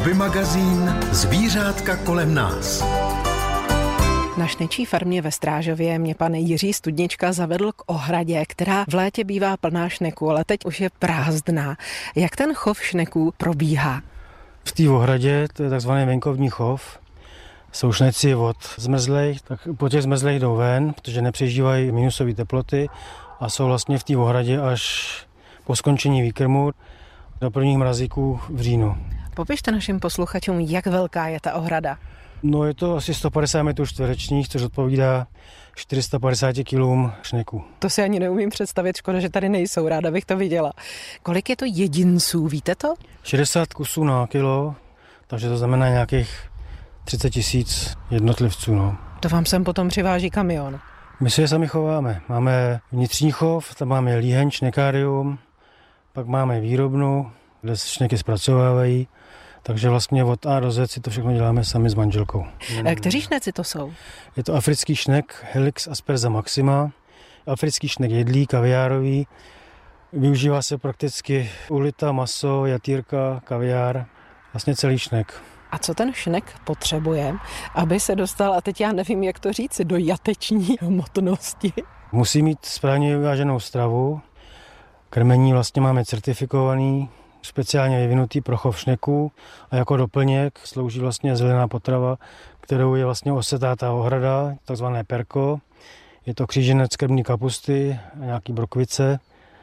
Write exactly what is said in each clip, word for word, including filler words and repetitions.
Hobby magazín Zvířátka kolem nás. Na šnečí farmě ve Strážově mě pan Jiří Studnička zavedl k ohradě, která v létě bývá plná šneků, ale teď už je prázdná. Jak ten chov šneků probíhá? V té ohradě, to je takzvaný venkovní chov, jsou šneci od zmrzlých, tak po těch zmrzlých jdou ven, protože nepřežívají minusové teploty a jsou vlastně v té ohradě až po skončení výkrmu do prvních mrazíků v říjnu. Popište našim posluchačům, jak velká je ta ohrada. No je to asi sto padesát metrů čtverečních, což odpovídá čtyři sta padesát kilům šneků. To si ani neumím představit, škoda, že tady nejsou, ráda bych to viděla. Kolik je to jedinců, víte to? šedesát kusů na kilo, takže to znamená nějakých třicet tisíc jednotlivců. No. To vám sem potom přiváží kamion. My si je sami chováme. Máme vnitřní chov, tam máme líheň, šnekárium, pak máme výrobnu, kde se šneky zpracovávají. Takže vlastně od A do Z si to všechno děláme sami s manželkou. Kteří šneci to jsou? Je to africký šnek Helix aspersa maxima. Africký šnek jedlý, kaviárový. Využívá se prakticky ulita, maso, jatýrka, kaviár, vlastně celý šnek. A co ten šnek potřebuje, aby se dostal, a teď já nevím, jak to říci, do jateční hmotnosti? Musí mít správně vyváženou stravu. Krmení vlastně máme certifikovaný, speciálně vyvinutý pro chov šneků a jako doplněk slouží vlastně zelená potrava, kterou je vlastně osetá ta ohrada, takzvané perko. Je to kříženec krmní kapusty a nějaký brokvice.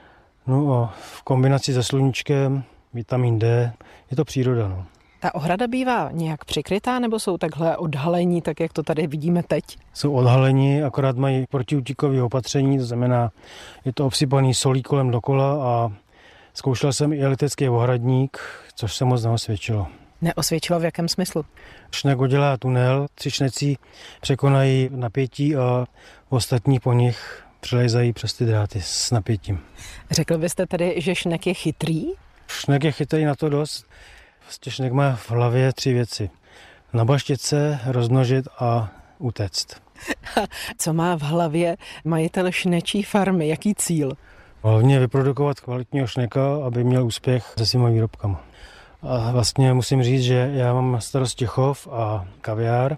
No a v kombinaci se sluníčkem, vitamin D, je to příroda. No. Ta ohrada bývá nějak přikrytá, nebo jsou takhle odhalení, tak jak to tady vidíme teď? Jsou odhalení, akorát mají protiútíkové opatření, to znamená, je to obsypaný solí kolem dokola a zkoušel jsem i elektrický ohradník, což se moc neosvědčilo. Neosvědčilo v jakém smyslu? Šnek udělá tunel, tři šneci překonají napětí a ostatní po nich přelejzají přes ty dráty s napětím. Řekl byste tedy, že šnek je chytrý? Šnek je chytrý na to dost. Vlastně šnek má v hlavě tři věci. Nabaštit se, rozmnožit a utéct. Co má v hlavě majitel šnečí farmy? Jaký cíl? Hlavně vyprodukovat kvalitního šneka, aby měl úspěch se svýma výrobkama. A vlastně musím říct, že já mám na starosti chov a kaviár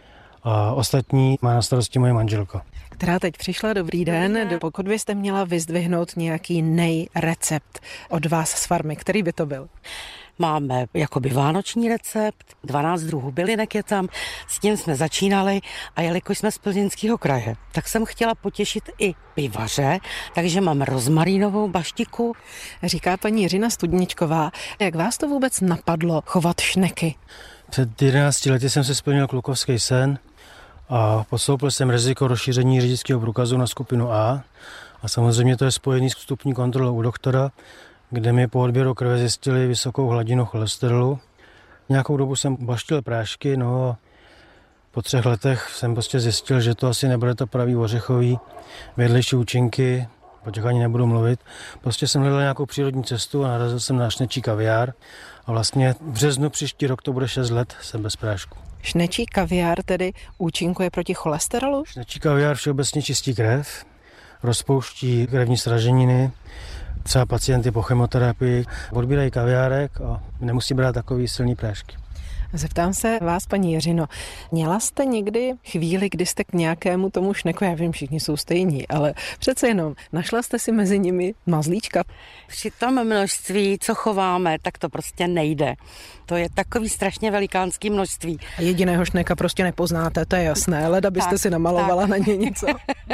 a ostatní má na starosti moje manželka. Která teď přišla, dobrý den. Pokud byste měla vyzdvihnout nějaký nejrecept od vás z farmy, který by to byl? Máme jakoby vánoční recept, dvanáct druhů bylinek je tam, s tím jsme začínali a jelikož jsme z Plzeňského kraje, tak jsem chtěla potěšit i pivaře, takže mám rozmarínovou baštiku. Říká paní Jiřina Studničková, jak vás to vůbec napadlo chovat šneky? Před jedenácti lety jsem se splnil klukovský sen a podstoupil jsem riziko rozšíření řidičského průkazu na skupinu A a samozřejmě to je spojený s vstupní kontrolou u doktora, kde mi po odběru krve zjistili vysokou hladinu cholesterolu. Nějakou dobu jsem baštil prášky, no a po třech letech jsem prostě zjistil, že to asi nebude to pravý ořechový, vedlejší účinky, o těch ani nebudu mluvit. Prostě jsem hledal nějakou přírodní cestu a narazil jsem na šnečí kaviár a vlastně v březnu příští rok to bude šest let, jsem bez prášku. Šnečí kaviár tedy účinkuje proti cholesterolu? Šnečí kaviár všeobecně čistí krev, rozpouští krevní sraženiny, třeba pacienty po chemoterapii odbírají kaviárek a nemusí brát takový silný prášky. Zeptám se vás, paní Jiřino, měla jste někdy chvíli, kdy jste k nějakému tomu šneku, já vím, všichni jsou stejní, ale přece jenom našla jste si mezi nimi mazlíčka? Při tom množství, co chováme, tak to prostě nejde. To je takový strašně velikánský množství. A jediného šneka prostě nepoznáte, to je jasné, leda byste tak, si namalovala tak. Na ně něco.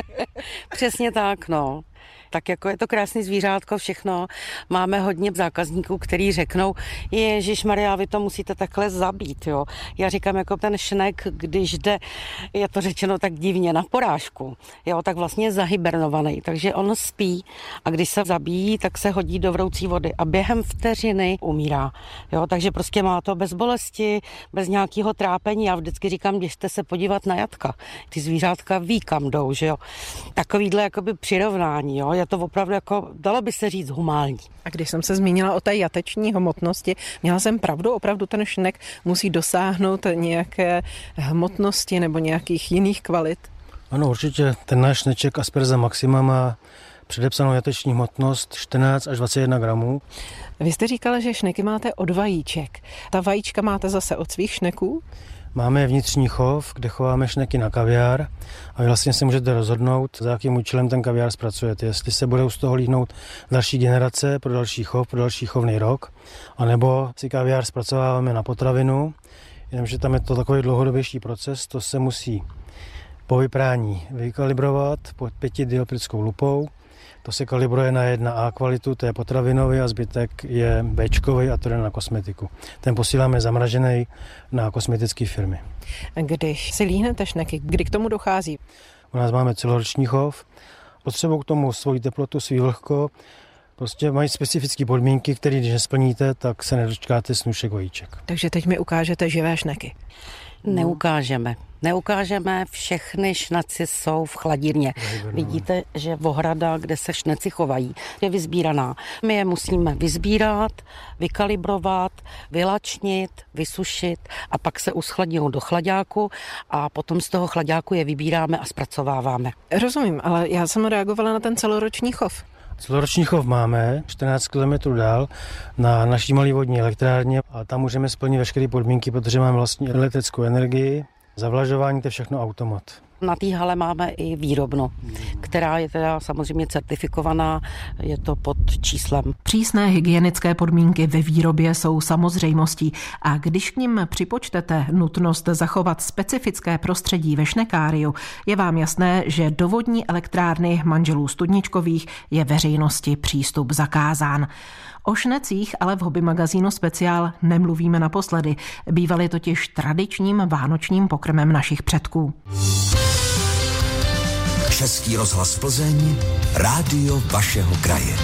Přesně tak, no. Tak jako je to krásný zvířátko, všechno. Máme hodně zákazníků, kteří řeknou, ježišmarja, vy to musíte takhle zabít, jo. Já říkám, jako ten šnek, když jde, je to řečeno tak divně, na porážku, jo, tak vlastně je zahybernovaný, takže on spí a když se zabíjí, tak se hodí do vroucí vody a během vteřiny umírá, jo, takže prostě má to bez bolesti, bez nějakého trápení. Já vždycky říkám, běžte se podívat na jatka. Ty zvířátka ví, kam jdou, že jo. Takovýhle jakoby přirovnání, jo. Je to opravdu jako, dalo by se říct, humánní. A když jsem se zmínila o té jateční hmotnosti, měla jsem pravdu, opravdu ten šnek musí dosáhnout nějaké hmotnosti nebo nějakých jiných kvalit? Ano, určitě ten náš šneček aspersa maxima má předepsanou jateční hmotnost čtrnáct až dvacet jedna gramů. Vy jste říkala, že šneky máte od vajíček. Ta vajíčka máte zase od svých šneků? Máme vnitřní chov, kde chováme šneky na kaviár a vy vlastně si můžete rozhodnout, za jakým účelem ten kaviár zpracujete. Jestli se budou z toho líhnout další generace pro další chov, pro další chovný rok, anebo si kaviár zpracováváme na potravinu, jenomže tam je to takový dlouhodobější proces, to se musí po vyprání vykalibrovat pod pětidioptrickou lupou. To se kalibruje na jedna A kvalitu, to je potravinový a zbytek je Bčkový a to jde na kosmetiku. Ten posíláme zamražený na kosmetické firmy. Když si líhnete šneky, kdy k tomu dochází? U nás máme celoroční chov, potřebují k tomu svoji teplotu, svý vlhko, prostě mají specifické podmínky, které když nesplníte, tak se nedočkáte snušek vajíček. Takže teď mi ukážete živé šneky. Neukážeme. Neukážeme, všechny šneci jsou v chladírně. Vidíte, že ohrada, kde se šneci chovají, je vyzbíraná. My je musíme vyzbírat, vykalibrovat, vylačnit, vysušit a pak se uschladňují do chlaďáku a potom z toho chlaďáku je vybíráme a zpracováváme. Rozumím, ale já jsem reagovala na ten celoroční chov. Celoroční chov máme čtrnáct kilometrů dál na naší malé vodní elektrárně a tam můžeme splnit veškeré podmínky, protože máme vlastní elektrickou energii. Zavlažování, to je všechno automat. Na té hale máme i výrobnu, která je teda samozřejmě certifikovaná, je to pod číslem. Přísné hygienické podmínky ve výrobě jsou samozřejmostí a když k nim připočtete nutnost zachovat specifické prostředí ve šnekáriu, je vám jasné, že do vodní elektrárny manželů Studničkových je veřejnosti přístup zakázán. O šnecích ale v Hobby magazínu Speciál nemluvíme naposledy. Bývaly totiž tradičním vánočním pokrmem našich předků. Český rozhlas Plzeň, rádio vašeho kraje.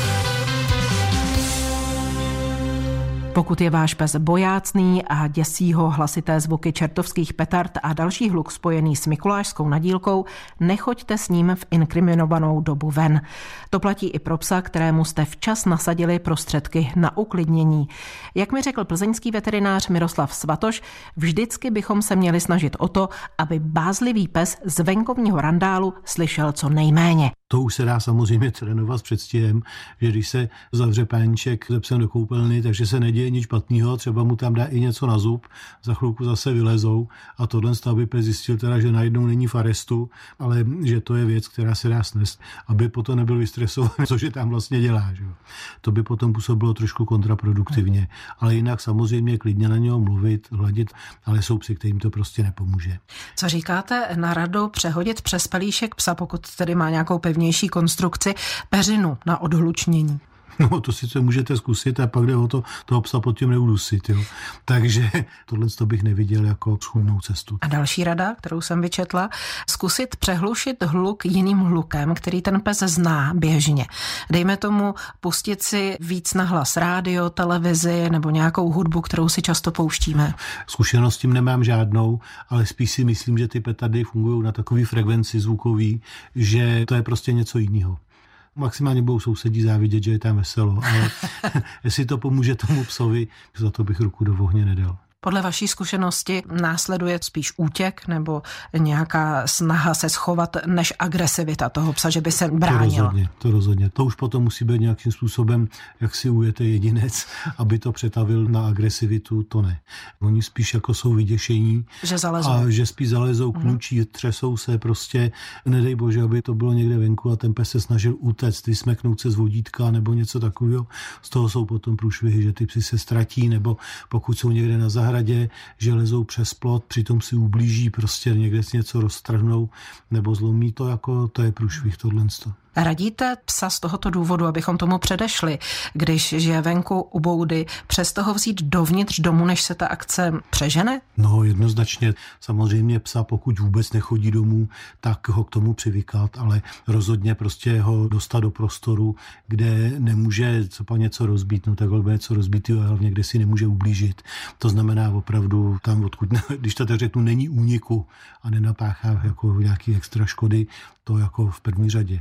Pokud je váš pes bojácný a děsí ho hlasité zvuky čertovských petard a další hluk spojený s mikulášskou nadílkou, nechoďte s ním v inkriminovanou dobu ven. To platí i pro psa, kterému jste včas nasadili prostředky na uklidnění. Jak mi řekl plzeňský veterinář Miroslav Svatoš, vždycky bychom se měli snažit o to, aby bázlivý pes z venkovního randálu slyšel co nejméně. To už se dá samozřejmě trénovat s předstihem, že když se zavře páníček se psem do koupelny, takže se neděje nic špatného, třeba mu tam dá i něco na zub, za chvilku zase vylezou a tohle aby pes zjistil teda, že najednou není v arestu, ale že to je věc, která se dá snést, aby potom nebyl vystresovaný, což je tam vlastně dělá. Že? To by potom působilo trošku kontraproduktivně, ale jinak samozřejmě klidně na něho mluvit, hladit, ale jsou psy, kterým to prostě nepomůže. Co říkáte na radu přehodit přes pelíšek psa, pokud tedy má nějakou pevnější konstrukci, peřinu na odhlučnění? No, to sice můžete zkusit a pak jde o to toho psa pod tím neudusit. Jo. Takže tohle bych neviděl jako schůdnou cestu. A další rada, kterou jsem vyčetla, zkusit přehlušit hluk jiným hlukem, který ten pes zná běžně. Dejme tomu pustit si víc nahlas rádio, televizi nebo nějakou hudbu, kterou si často pouštíme. Zkušenost s tím nemám žádnou, ale spíš si myslím, že ty petardy fungují na takový frekvenci zvukový, že to je prostě něco jiného. Maximálně budou sousedí závidět, že je tam veselo, ale jestli to pomůže tomu psovi, za to bych ruku do ohně nedal. Podle vaší zkušenosti následuje spíš útěk nebo nějaká snaha se schovat než agresivita toho psa, že by se bránil? To rozhodně, to rozhodně. To už potom musí být nějakým způsobem, jak si ujete jedinec, aby to přetavil na agresivitu, to ne. Oni spíš jako jsou vyděšení. Že zalezou. A že spíš zalezou, knučí, třesou se prostě. Nedej bože, aby to bylo někde venku a ten pes se snažil utéct, vysmeknout se z vodítka nebo něco takového. Z toho jsou potom průšvihy, že ty psy se ztratí, nebo pokud jsou někde na zahradě, že lezou přes plot, přitom si ublíží, prostě někde si něco roztrhnou nebo zlomí, to jako, to je průšvih tohle. Radíte psa z tohoto důvodu, abychom tomu předešli, když je venku u boudy, přes toho vzít dovnitř domu, než se ta akce přežene? No jednoznačně, samozřejmě psa, pokud vůbec nechodí domů, tak ho k tomu přivykat, ale rozhodně prostě ho dostat do prostoru, kde nemůže copa něco rozbít, no tak ho něco rozbít, a hlavně kde si nemůže ublížit. To znamená opravdu tam, odkud, když to tak řeknu, není úniku a nenapáchá jako nějaký extra škody, to jako v první řadě. Myslel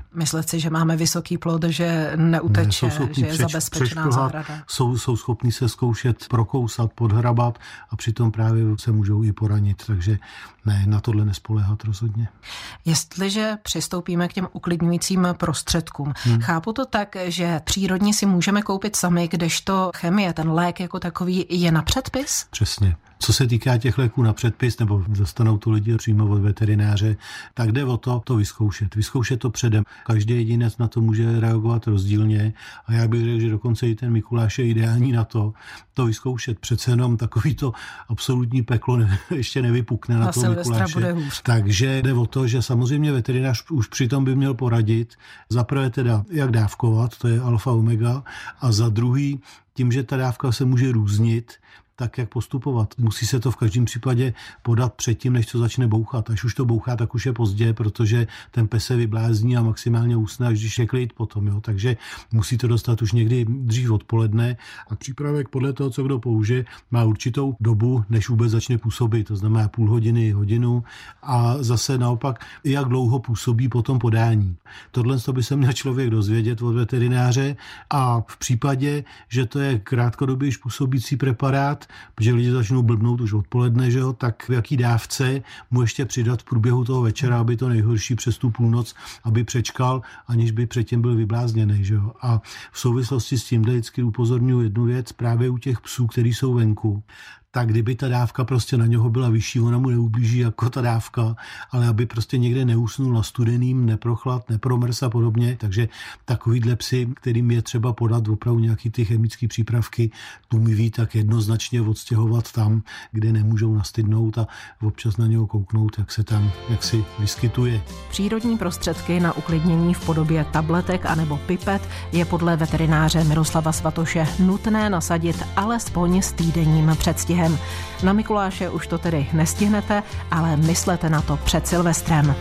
myslet si, že máme vysoký plod, že neuteče, ne, že je zabezpečená zahrada. Jsou, jsou schopní se zkoušet prokousat, podhrabat a přitom právě se můžou i poranit, takže ne, na tohle nespoléhat rozhodně. Jestliže přistoupíme k těm uklidňujícím prostředkům, hmm. chápu to tak, že přírodní si můžeme koupit sami, kdežto chemie, ten lék jako takový je na předpis? Přesně. Co se týká těch léků na předpis, nebo dostanou tu lidi přímo od veterináře, tak jde o to, to vyzkoušet. Vyzkoušet to předem. Každý jedinec na to může reagovat rozdílně a já bych řekl, že dokonce i ten Mikuláš je ideální na to, to vyzkoušet. Přece jenom takový to absolutní peklo ne, ještě nevypukne na, na toho Mikuláše. Takže jde o to, že samozřejmě veterinář už přitom by měl poradit. Za prvé teda, jak dávkovat, to je alfa omega, a za druhý, tím, že ta dávka se může různit, tak jak postupovat. Musí se to v každém případě podat předtím, než to začne bouchat. Až už to bouchá, tak už je pozdě, protože ten pes se vyblázní a maximálně usne, až když je klid potom. Jo. Takže musí to dostat už někdy dřív odpoledne a přípravek podle toho, co kdo použije, má určitou dobu, než vůbec začne působit. To znamená půl hodiny, hodinu a zase naopak, jak dlouho působí po tom podání. Tohle by se měl člověk dozvědět od veterináře a v případě, že to je krátkodobě působící preparát, protože lidi začnou blbnout už odpoledne, že jo, tak v jaký dávce mu ještě přidat v průběhu toho večera, aby to nejhorší přes tu půlnoc, aby přečkal, aniž by předtím byl vyblázněný, že jo. A v souvislosti s tím vždycky upozorňuji jednu věc, právě u těch psů, kteří jsou venku, tak kdyby ta dávka prostě na něho byla vyšší, ona mu neublíží jako ta dávka, ale aby prostě někde neusnul na studeným, neprochlad, nepromrz a podobně. Takže takovýhle psy, kterým je třeba podat opravdu nějaký ty chemické přípravky, tlumivý, tak jednoznačně odstěhovat tam, kde nemůžou nastydnout a občas na něho kouknout, jak se tam jaksi vyskytuje. Přírodní prostředky na uklidnění v podobě tabletek anebo pipet je podle veterináře Miroslava Svatoše nutné nasadit alespoň s týdenním předstihem. Na Mikuláše už to tedy nestihnete, ale myslete na to před Silvestrem.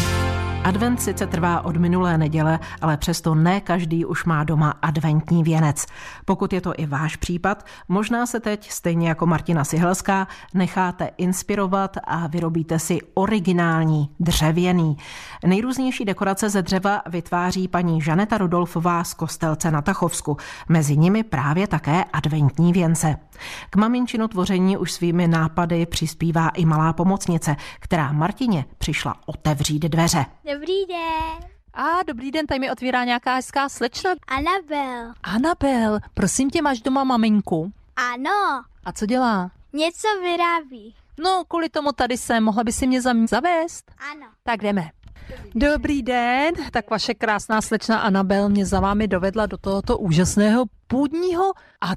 Advent sice trvá od minulé neděle, ale přesto ne každý už má doma adventní věnec. Pokud je to i váš případ, možná se teď, stejně jako Martina Sihelská, necháte inspirovat a vyrobíte si originální dřevěný. Nejrůznější dekorace ze dřeva vytváří paní Žaneta Rudolfová z Kostelce na Tachovsku. Mezi nimi právě také adventní věnce. K maminčinu tvoření už svými nápady přispívá i malá pomocnice, která Martině přišla otevřít dveře. Dobrý den. A dobrý den, tady mi otvírá nějaká hezká slečna. Anabel. Anabel, prosím tě, máš doma maminku? Ano. A co dělá? Něco vyrábí. No, kvůli tomu tady jsem, mohla by si mě zavést? Ano. Tak jdeme. Dobrý den, tak vaše krásná slečna Anabel mě za vámi dovedla do tohoto úžasného půdního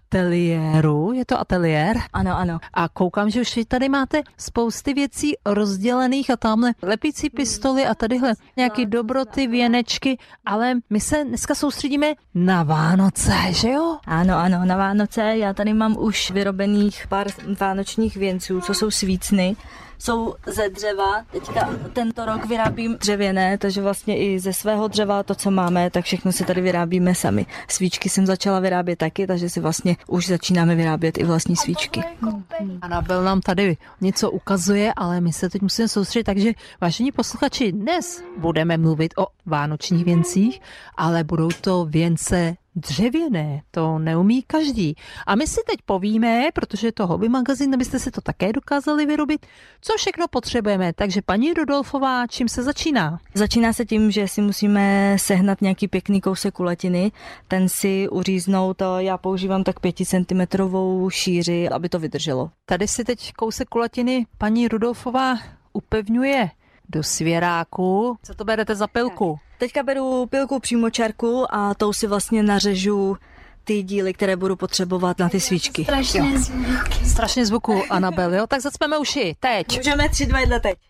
ateliéru. Je to ateliér? Ano, ano. A koukám, že už tady máte spousty věcí rozdělených a tamhle lepící pistoly a tadyhle nějaký dobroty, věnečky, ale my se dneska soustředíme na Vánoce, že jo? Ano, ano, na Vánoce. Já tady mám už vyrobených pár vánočních věnců, co jsou svícny. Jsou ze dřeva, teďka tento rok vyrábím dřevěné, takže vlastně i ze svého dřeva to, co máme, tak všechno si tady vyrábíme sami. Svíčky jsem začala vyrábět taky, takže si vlastně už začínáme vyrábět i vlastní svíčky. Anabel nám tady něco ukazuje, ale my se teď musíme soustředit, takže vážení posluchači, dnes budeme mluvit o vánočních věncích, ale budou to věnce dřevěné, to neumí každý. A my si teď povíme, protože je to hobby magazín, abyste si to také dokázali vyrobit, co všechno potřebujeme. Takže paní Rudolfová, čím se začíná? Začíná se tím, že si musíme sehnat nějaký pěkný kousek kulatiny, ten si uříznout, já používám tak pěticentimetrovou šíři, aby to vydrželo. Tady si teď kousek kulatiny paní Rudolfová upevňuje do svěráku. Co to berete za pilku? Teďka beru pilku přímočarku a tou si vlastně nařežu ty díly, které budu potřebovat na ty svíčky. Strašně zvuky. Strašně zvuku, Anabel, jo? Tak zacpeme uši, teď. Můžeme tři, dva, jedna, teď.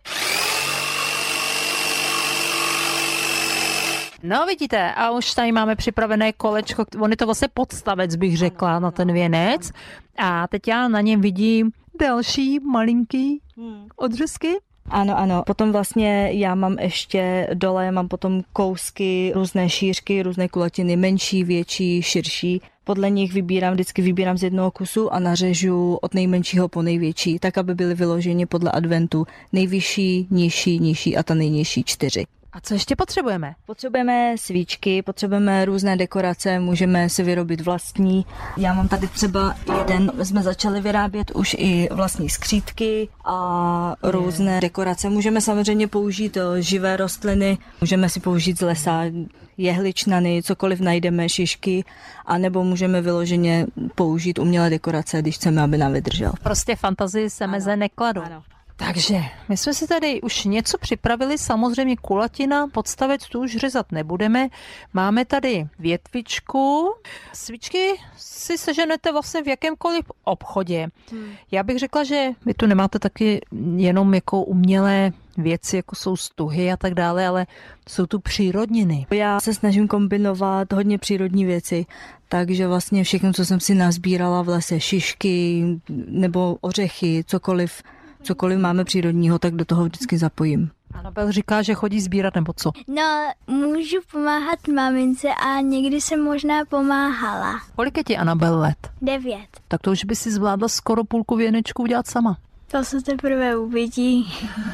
No vidíte, a už tady máme připravené kolečko, on je to vlastně podstavec, bych řekla, na ten věnec. A teď já na něm vidím další malinký odřezky. Ano, ano. Potom vlastně já mám ještě dole, mám potom kousky, různé šířky, různé kulatiny, menší, větší, širší. Podle nich vybírám, vždycky vybírám z jednoho kusu a nařežu od nejmenšího po největší, tak aby byly vyloženy podle adventu nejvyšší, nižší, nižší a ta nejnižší čtyři. A co ještě potřebujeme? Potřebujeme svíčky, potřebujeme různé dekorace, můžeme si vyrobit vlastní. Já mám tady třeba jeden, jsme začali vyrábět už i vlastní skřítky a různé je. dekorace. Můžeme samozřejmě použít živé rostliny, můžeme si použít z lesa jehličnany, cokoliv najdeme, šišky, anebo můžeme vyloženě použít umělé dekorace, když chceme, aby nám vydržel. Prostě fantazii se meze nekladou. Ano. Takže my jsme si tady už něco připravili, samozřejmě kulatina, podstavec tu už řezat nebudeme. Máme tady větvičku. Svíčky si seženete vlastně v jakémkoliv obchodě. Hmm. Já bych řekla, že vy tu nemáte taky jenom jako umělé věci, jako jsou stuhy a tak dále, ale jsou tu přírodniny. Já se snažím kombinovat hodně přírodní věci, takže vlastně všechno, co jsem si nazbírala v lese, šišky nebo ořechy, cokoliv, cokoliv máme přírodního, tak do toho vždycky zapojím. Anabel říká, že chodí sbírat nebo co? No, můžu pomáhat mamince a někdy jsem možná pomáhala. Kolik je ti, Anabel, let? Devět. Tak to už by si zvládla skoro půlku věnečku udělat sama. To se teprve uvidí.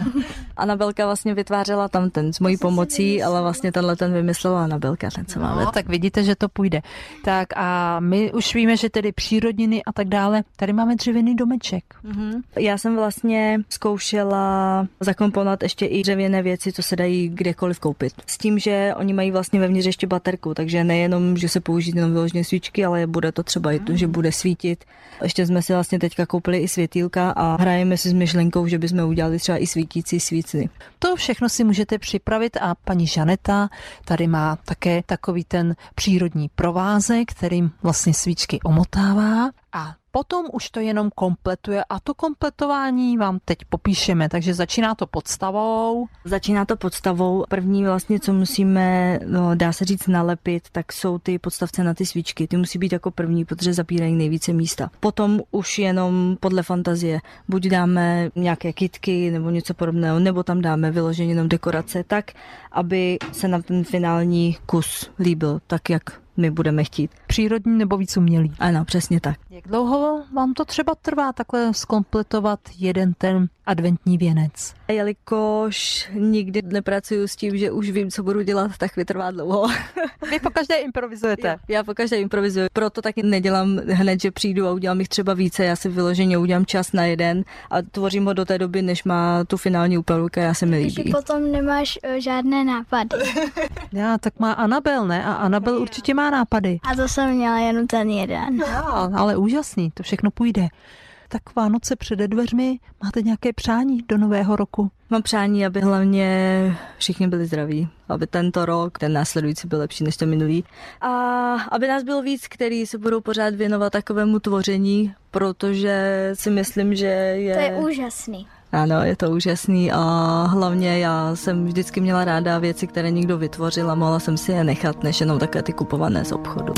Anabelka vlastně vytvářela tam ten s mojí pomocí, ale vlastně tenhle ten vymyslela Anabelka, ten co máme. No, tak vidíte, že to půjde. Tak a my už víme, že tedy přírodniny a tak dále. Tady máme dřevěný domeček. Mm-hmm. Já jsem vlastně zkoušela zakomponovat ještě i dřevěné věci, co se dají kdekoliv koupit. S tím, že oni mají vlastně vevnitř ještě baterku, takže nejenom, že se použít jenom vyloženě svíčky, ale bude to třeba i to, že bude svítit. Ještě jsme si vlastně teďka koupili i světýlka a hrajeme si s myšlenkou, že bychom udělali třeba i svítící svícny. To všechno si můžete připravit a paní Žaneta tady má také takový ten přírodní provázek, kterým vlastně svíčky omotává a potom už to jenom kompletuje a to kompletování vám teď popíšeme, takže začíná to podstavou. Začíná to podstavou. První vlastně, co musíme, no, dá se říct, nalepit, tak jsou ty podstavce na ty svíčky. Ty musí být jako první, protože zabírají nejvíce místa. Potom už jenom podle fantazie. Buď dáme nějaké kytky nebo něco podobného, nebo tam dáme vyloženě jenom dekorace tak, aby se nám ten finální kus líbil, tak jak my budeme chtít. Přírodní nebo víc umělý. Ano, přesně tak. Jak dlouho vám to třeba trvá takhle zkompletovat jeden ten adventní věnec? Jelikož nikdy nepracuju s tím, že už vím, co budu dělat, tak mi trvá dlouho. Vy pokaždé improvizujete? Já, já pokaždé improvizuju, proto taky nedělám hned, že přijdu a udělám jich třeba více. Já si vyloženě udělám čas na jeden a tvořím ho do té doby, než má tu finální úpravu, která se mi líbí. Takže potom nemáš uh, žádné nápady. Já, tak má Anabel, ne? A Anabel určitě má nápady. A to jsem měla jenom ten jeden. Já, ale úžasný, to všechno půjde. Tak Vánoce přede dveřmi, máte nějaké přání do nového roku? Mám přání, aby hlavně všichni byli zdraví, aby tento rok, ten následující byl lepší než ten minulý. A aby nás bylo víc, který se budou pořád věnovat takovému tvoření, protože si myslím, že je... To je úžasný. Ano, je to úžasný a hlavně já jsem vždycky měla ráda věci, které někdo vytvořil a mohla jsem si je nechat, než jenom také ty kupované z obchodu.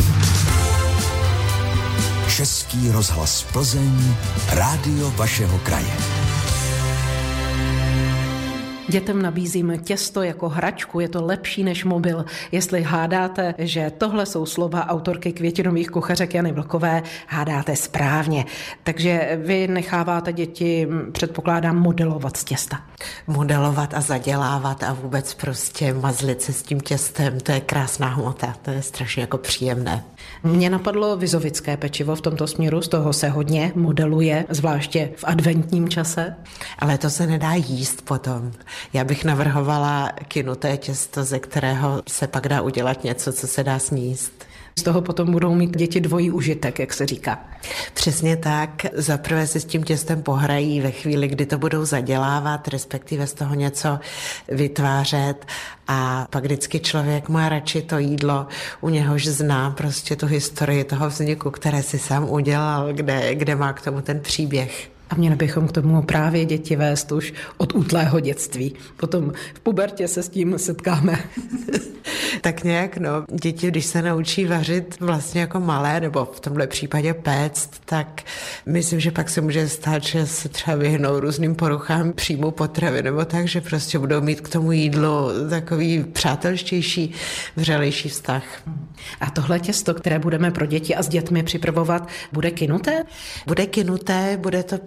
Český rozhlas Plzeň, rádio vašeho kraje. Dětem nabízím těsto jako hračku, je to lepší než mobil. Jestli hádáte, že tohle jsou slova autorky květinových kuchařek Jany Vlkové, hádáte správně. Takže vy necháváte děti, předpokládám, modelovat z těsta. Modelovat a zadělávat a vůbec prostě mazlit se s tím těstem, to je krásná hmota, to je strašně jako příjemné. Mně napadlo vizovické pečivo v tomto směru, z toho se hodně modeluje, zvláště v adventním čase. Ale to se nedá jíst potom. Já bych navrhovala kynuté těsto, ze kterého se pak dá udělat něco, co se dá sníst. Z toho potom budou mít děti dvojí užitek, jak se říká. Přesně tak. Zaprvé si s tím těstem pohrají ve chvíli, kdy to budou zadělávat, respektive z toho něco vytvářet a pak vždycky člověk má radši to jídlo, u něhož zná prostě tu historii toho vzniku, které si sám udělal, kde, kde má k tomu ten příběh. A měli bychom k tomu právě děti vést už od útlého dětství. Potom v pubertě se s tím setkáme. Tak nějak, no. Děti, když se naučí vařit vlastně jako malé, nebo v tomhle případě péct, tak myslím, že pak se může stát, že se třeba vyhnou různým poruchám příjmu potravy, nebo tak, že prostě budou mít k tomu jídlu takový přátelštější, vřelejší vztah. A tohle těsto, které budeme pro děti a s dětmi připravovat, bude kynuté? Bude kynuté, bude to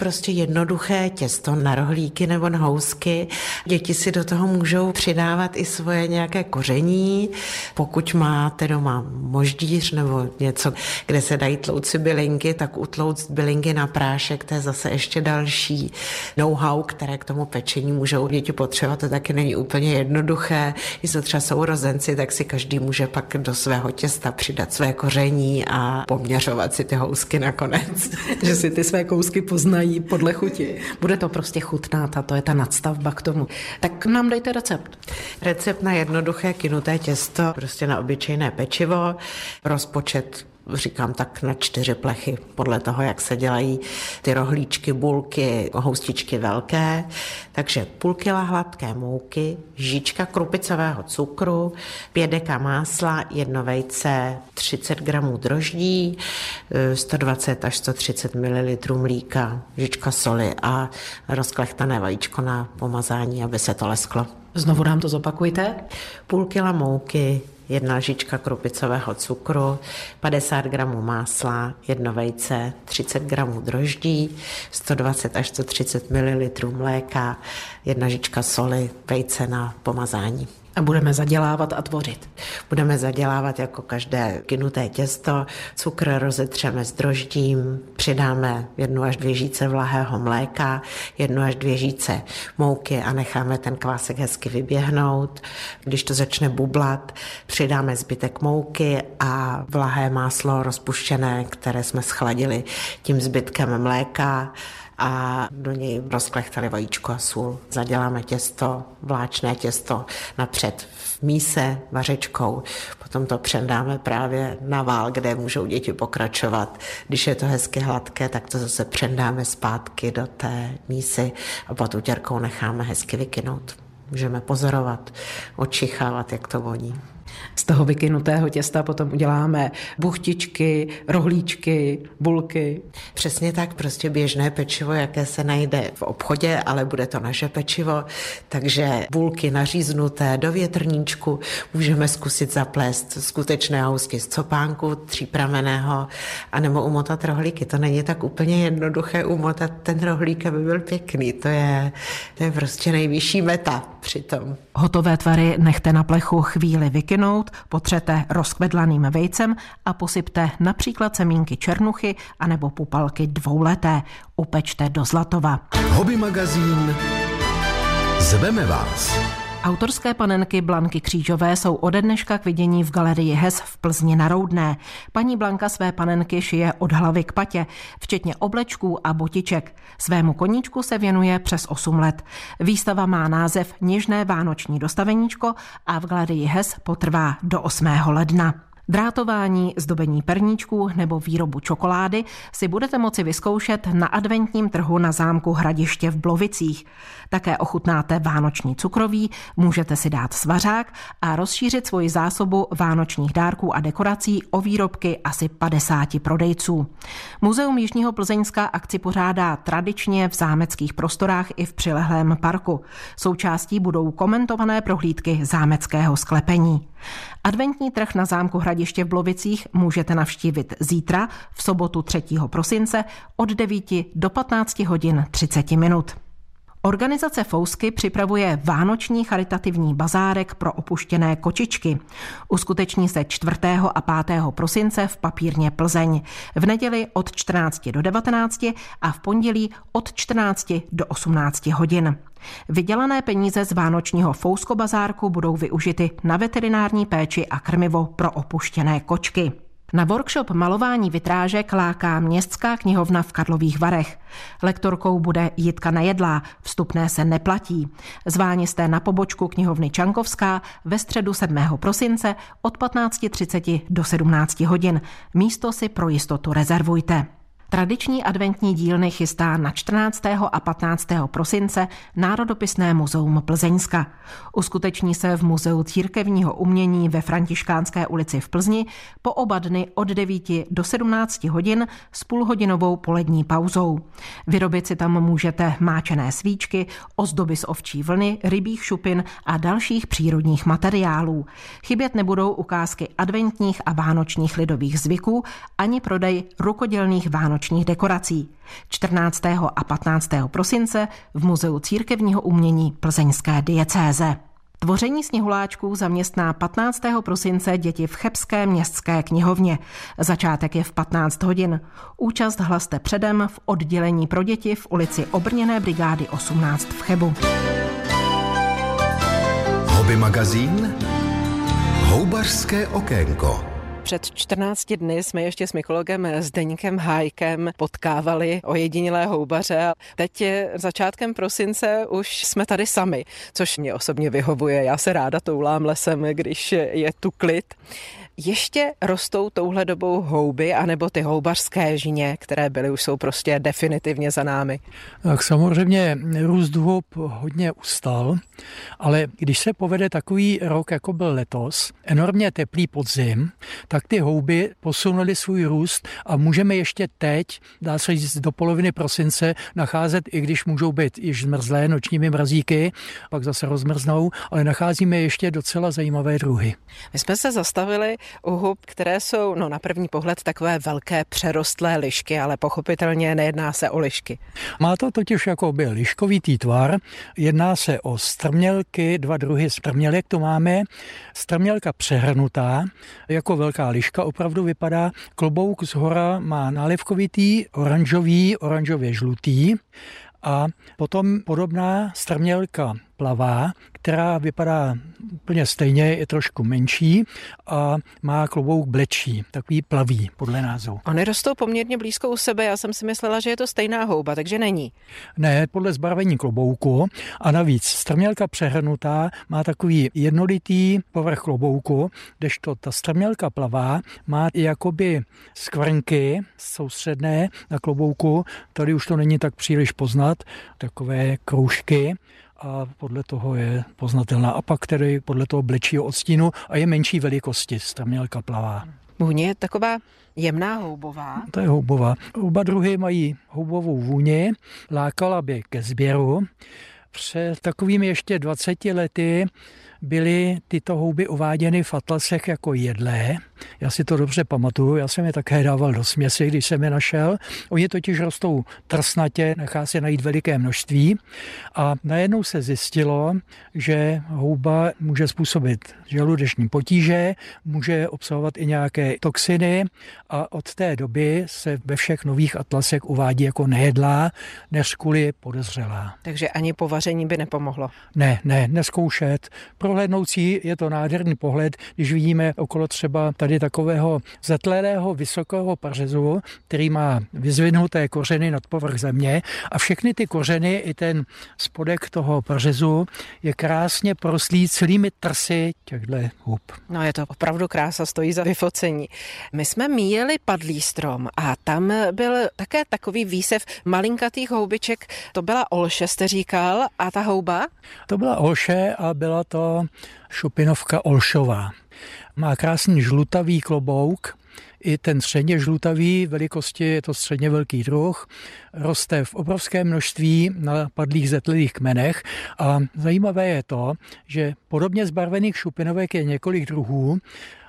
prostě jednoduché těsto na rohlíky nebo na housky. Děti si do toho můžou přidávat i svoje nějaké koření. Pokud máte doma moždíř nebo něco, kde se dají tlouci bylinky, tak utlouct bylinky na prášek, to je zase ještě další know-how, které k tomu pečení můžou děti potřebovat. To taky není úplně jednoduché. Když třeba sourozenci, tak si každý může pak do svého těsta přidat své koření a poměřovat si ty housky nakonec. Že si ty své kousky poznají podle chuti. Bude to prostě chutnat a to je ta nadstavba k tomu. Tak nám dejte recept. Recept na jednoduché kynuté těsto, prostě na obyčejné pečivo, rozpočet říkám tak na čtyři plechy, podle toho, jak se dělají ty rohlíčky, bulky, houstičky velké. Takže půl kila hladké mouky, žíčka krupicového cukru, pět deka másla, jedno vejce, třicet gramů droždí, sto dvacet až sto třicet mililitrů mlíka, žíčka soli a rozklechtané vajíčko na pomazání, aby se to lesklo. Znovu nám to zopakujte. Půl kila mouky, jedna lžička krupicového cukru, padesát gramů másla, jedno vejce, třicet gramů droždí, sto dvacet až sto třicet mililitrů mléka, jedna lžička soli, vejce na pomazání. A budeme zadělávat a tvořit. Budeme zadělávat jako každé kynuté těsto. Cukr rozetřeme s droždím, přidáme jednu až dvě žíce vlahého mléka, jednu až dvě žíce mouky a necháme ten kvásek hezky vyběhnout. Když to začne bublat, přidáme zbytek mouky a vlahé máslo rozpuštěné, které jsme schladili tím zbytkem mléka, a do něj rozklechtali vajíčko a sůl. Zaděláme těsto, vláčné těsto napřed v míse vařečkou, potom to přendáme právě na vál, kde můžou děti pokračovat. Když je to hezky hladké, tak to zase přendáme zpátky do té mísy a pod utěrkou necháme hezky vykynout. Můžeme pozorovat, očichávat, jak to voní. Z toho vykynutého těsta potom uděláme buchtičky, rohlíčky, bulky. Přesně tak, prostě běžné pečivo, jaké se najde v obchodě, ale bude to naše pečivo, takže bulky naříznuté do větrníčku můžeme zkusit zaplést skutečné housky z copánku tříprameného anebo umotat rohlíky. To není tak úplně jednoduché umotat ten rohlík, aby byl pěkný. To je, to je prostě nejvyšší meta přitom. Hotové tvary nechte na plechu chvíli vykynout, potřete rozkvedlaným vejcem a posypte například semínky černuchy anebo pupalky dvouleté. Upečte do zlatova. Hobby magazín Zveme vás. Autorské panenky Blanky Křížové jsou ode dneška k vidění v galerii Hes v Plzni na Roudné. Paní Blanka své panenky šije od hlavy k patě, včetně oblečků a botiček. Svému koníčku se věnuje přes osm let. Výstava má název Něžné vánoční dostaveníčko a v galerii Hes potrvá do osmého ledna. Drátování, zdobení perníčků nebo výrobu čokolády si budete moci vyzkoušet na adventním trhu na zámku Hradiště v Blovicích. Také ochutnáte vánoční cukroví, můžete si dát svařák a rozšířit svoji zásobu vánočních dárků a dekorací o výrobky asi padesáti prodejců. Muzeum Jižního Plzeňska akci pořádá tradičně v zámeckých prostorách i v přilehlém parku. Součástí budou komentované prohlídky zámeckého sklepení. Adventní trh na zámku Hradiště v Blovicích můžete navštívit zítra, v sobotu třetího prosince od devíti do patnácti hodin třicet minut. Organizace Fousky připravuje vánoční charitativní bazárek pro opuštěné kočičky. Uskuteční se čtvrtého a pátého prosince v Papírně Plzeň, v neděli od čtrnácti do devatenácti a v pondělí od čtrnácti do osmnácti hodin. Vydělané peníze z vánočního Fousko bazárku budou využity na veterinární péči a krmivo pro opuštěné kočky. Na workshop malování vitrážek láká Městská knihovna v Karlových Varech. Lektorkou bude Jitka Nejedlá, vstupné se neplatí. Zváni jste na pobočku knihovny Čankovská ve středu sedmého prosince od patnácti třiceti do sedmnácti hodin. Místo si pro jistotu rezervujte. Tradiční adventní dílny chystá na čtrnáctého a patnáctého prosince Národopisné muzeum Plzeňska. Uskuteční se v Muzeu církevního umění ve Františkánské ulici v Plzni po oba dny od devíti do sedmnácti hodin s půlhodinovou polední pauzou. Vyrobit si tam můžete máčené svíčky, ozdoby z ovčí vlny, rybích šupin a dalších přírodních materiálů. Chybět nebudou ukázky adventních a vánočních lidových zvyků ani prodej rukodělných vánočních vánočních dekorací. čtrnáctého a patnáctého prosince v Muzeu církevního umění plzeňské diecéze. Tvoření sněhuláčků zaměstná patnáctého prosince děti v Chebské městské knihovně. Začátek je v patnáct hodin. Účast hlaste předem v oddělení pro děti v ulici Obrněné brigády osmnáct v Chebu. Hobby magazín Houbařské okénko. Před čtrnácti dny jsme ještě s mykologem Zdeňkem Hájkem potkávali ojedinělé houbaře. Teď je začátkem prosince už jsme tady sami, což mě osobně vyhovuje. Já se ráda toulám lesem, když je tu klid. Ještě rostou touhle dobou houby, anebo ty houbařské žně, které byly, už jsou prostě definitivně za námi? Tak samozřejmě růst hub hodně ustal, ale když se povede takový rok, jako byl letos, enormně teplý podzim, tak ty houby posunuly svůj růst a můžeme ještě teď, dá se říct do poloviny prosince, nacházet, i když můžou být již zmrzlé nočními mrazíky, pak zase rozmrznou, ale nacházíme ještě docela zajímavé druhy. My jsme se zastavili u hub, které jsou no, na první pohled takové velké přerostlé lišky, ale pochopitelně nejedná se o lišky. Má to totiž jakoby liškovitý tvar, jedná se o strmělky, dva druhy strmělek to máme. Strmělka přehrnutá, jako velká liška opravdu vypadá, klobouk zhora má nálivkovitý, oranžový, oranžově žlutý a potom podobná strmělka plavá, která vypadá úplně stejně, je trošku menší a má klobouk blečí, takový plavý podle názvu. Ony rostou poměrně blízko u sebe, já jsem si myslela, že je to stejná houba, takže není. Ne, podle zbarvení klobouku a navíc strmělka přehrnutá má takový jednolitý povrch klobouku, kdežto ta strmělka plavá má i jakoby skvrnky soustředné na klobouku, tady už to není tak příliš poznat, takové kroužky, a podle toho je poznatelná. A pak tedy podle toho blečího odstínu a je menší velikosti, strmělka plavá. Vůně je taková jemná houbová. To je houbová. Oba druhy mají houbovou vůni, lákala by ke sběru. Před takovými ještě dvaceti lety byly tyto houby uváděny v atlasech jako jedlé. Já si to dobře pamatuju, já jsem je také dával do směsi, když jsem je našel. Oni totiž rostou trsnatě, nechá se najít veliké množství a najednou se zjistilo, že houba může způsobit žaludeční potíže, může obsahovat i nějaké toxiny a od té doby se ve všech nových atlasech uvádí jako nejedlá, než kvůli podezřelá. Takže ani po vaření by nepomohlo? Ne, ne, neskoušet. Prohlédnoucí je to nádherný pohled, když vidíme okolo třeba tady takového zatlelého vysokého pařezu, který má vyzvinuté kořeny nad povrch země a všechny ty kořeny i ten spodek toho pařezu je krásně porostlý celými trsy těchto hub. No je to opravdu krása, stojí za vyfocení. My jsme míjeli padlý strom a tam byl také takový výsev malinkatých houbiček. To byla olše, jste říkal, a ta houba? To byla olše a byla to šupinovka olšová. Má krásný žlutavý klobouk, i ten středně žlutavý velikosti, je to středně velký druh, roste v obrovském množství na padlých zetlivých kmenech a zajímavé je to, že podobně zbarvených šupinovek je několik druhů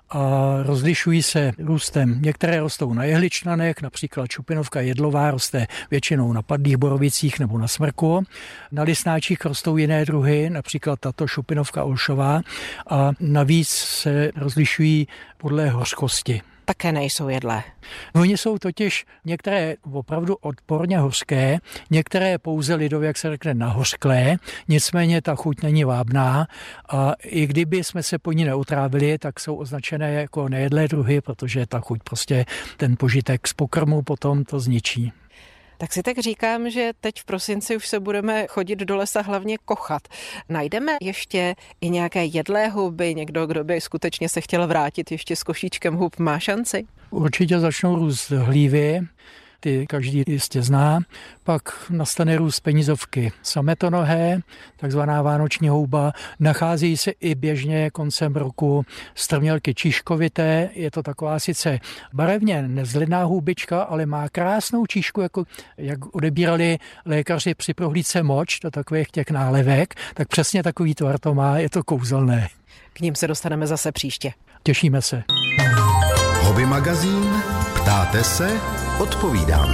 a rozlišují se růstem. Některé rostou na jehličnanech, například šupinovka jedlová roste většinou na padlých borovicích nebo na smrku. Na listnáčích rostou jiné druhy, například tato šupinovka olšová a navíc se rozlišují podle hořkosti. Také nejsou jedlé. Oni jsou totiž některé opravdu odporně hořké, některé pouze lidově, jak se řekne, nahořklé, nicméně ta chuť není vábná a i kdyby jsme se po ní neutrávili, tak jsou označené jako nejedlé druhy, protože ta chuť prostě ten požitek z pokrmu potom to zničí. Tak si tak říkám, že teď v prosinci už se budeme chodit do lesa hlavně kochat. Najdeme ještě i nějaké jedlé houby? Někdo, kdo by skutečně se chtěl vrátit ještě s košíčkem hub, má šanci? Určitě začnou růst hlívy, ty každý jistě zná. Pak nastane růst penízovky sametonohé, takzvaná vánoční houba. Nachází se i běžně koncem roku strmělky číškovité. Je to taková sice barevně nevzhledná houbička, ale má krásnou číšku, jako jak odebírali lékaři při prohlídce moč do takových těch nálevek, tak přesně takový tvar to má, je to kouzelné. K ním se dostaneme zase příště. Těšíme se. Hobby magazín Ptáte se? Odpovídáme.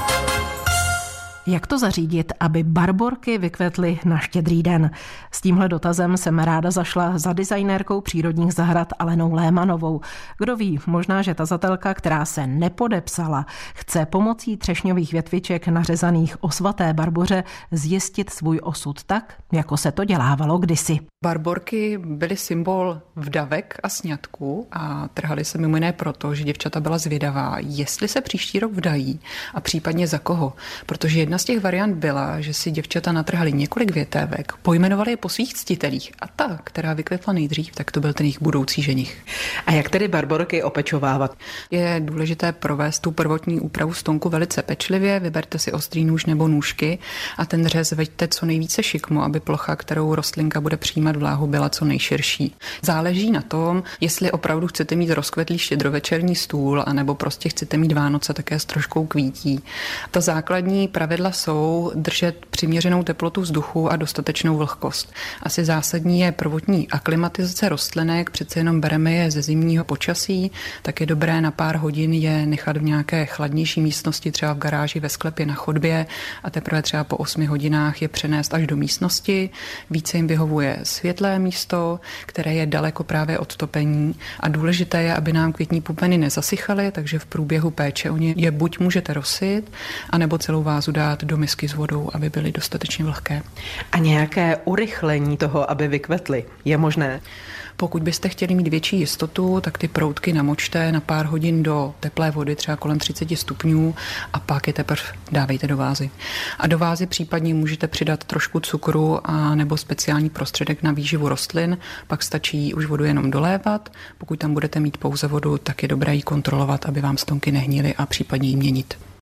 Jak to zařídit, aby barborky vykvetly na Štědrý den? S tímhle dotazem jsem ráda zašla za designérkou přírodních zahrad Alenou Lémanovou. Kdo ví, možná, že tazatelka, která se nepodepsala, chce pomocí třešňových větviček nařezaných o svaté barboře zjistit svůj osud tak, jako se to dělávalo kdysi. Barborky byly symbol vdavek a sňatků a trhaly se mimo jiné proto, že děvčata byla zvědavá, jestli se příští rok vdají a případně za koho. Protože jedna z těch variant byla, že si děvčata natrhali několik větévek, pojmenovali je po svých ctitelích a ta, která vykvetla nejdřív, tak to byl ten jejich budoucí ženich. A jak tedy barborky opečovávat? Je důležité provést tu prvotní úpravu stonku velice pečlivě, vyberte si ostrý nůž nebo nůžky a ten řez veďte co nejvíce šikmo, aby plocha, kterou rostlinka bude přijímat vláhu, byla co nejširší. Záleží na tom, jestli opravdu chcete mít rozkvetlý štědrovečerní stůl, anebo prostě chcete mít Vánoce také s troškou kvítí. Ta základní pravidla jsou držet přiměřenou teplotu vzduchu a dostatečnou vlhkost. Asi zásadní je prvotní aklimatizace rostlinek, přece jenom bereme je ze zimního počasí, tak je dobré na pár hodin je nechat v nějaké chladnější místnosti, třeba v garáži, ve sklepě, na chodbě a teprve třeba po osmi hodinách je přenést až do místnosti. Více jim vyhovuje světlé místo, které je daleko právě od topení a důležité je, aby nám květní pupeny nezasychaly, takže v průběhu péče o ně je buď můžete rozsyt, anebo celou vázu dát do misky s vodou, aby byly dostatečně vlhké. A nějaké urychlení toho, aby vykvetly, je možné? Pokud byste chtěli mít větší jistotu, tak ty proutky namočte na pár hodin do teplé vody, třeba kolem třicet stupňů a pak je teprve dávejte do vázy. A do vázy případně můžete přidat trošku cukru a nebo speciální prostředek na výživu rostlin, pak stačí už vodu jenom dolévat. Pokud tam budete mít pouze vodu, tak je dobré ji kontrolovat, aby vám stonky nehnily a případně ji měnit.